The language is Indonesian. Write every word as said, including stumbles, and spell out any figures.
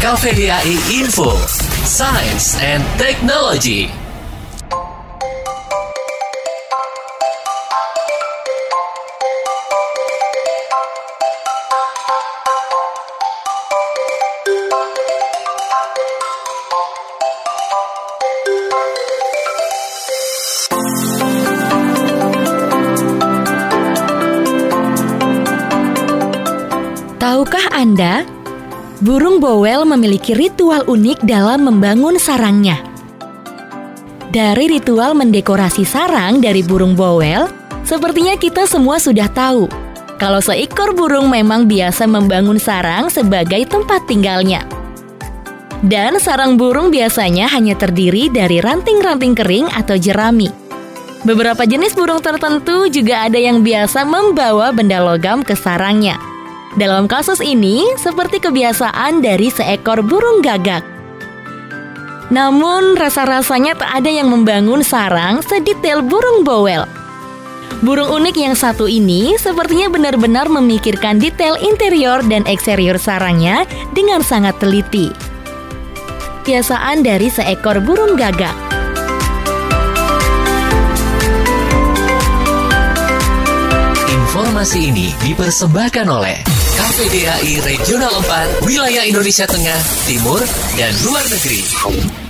K V D A I Info, Science and Technology. Tahukah Anda, burung bowel memiliki ritual unik dalam membangun sarangnya. Dari ritual mendekorasi sarang dari burung bowel, sepertinya kita semua sudah tahu kalau seekor burung memang biasa membangun sarang sebagai tempat tinggalnya. Dan sarang burung biasanya hanya terdiri dari ranting-ranting kering atau jerami. Beberapa jenis burung tertentu juga ada yang biasa membawa benda logam ke sarangnya. Dalam kasus ini, seperti kebiasaan dari seekor burung gagak. Namun, rasa-rasanya tak ada yang membangun sarang sedetail burung bowel. Burung unik yang satu ini sepertinya benar-benar memikirkan detail interior dan eksterior sarangnya dengan sangat teliti. Kebiasaan dari seekor burung gagak. Informasi ini dipersembahkan oleh K V D A I Regional empat, Wilayah Indonesia Tengah, Timur, dan Luar Negeri.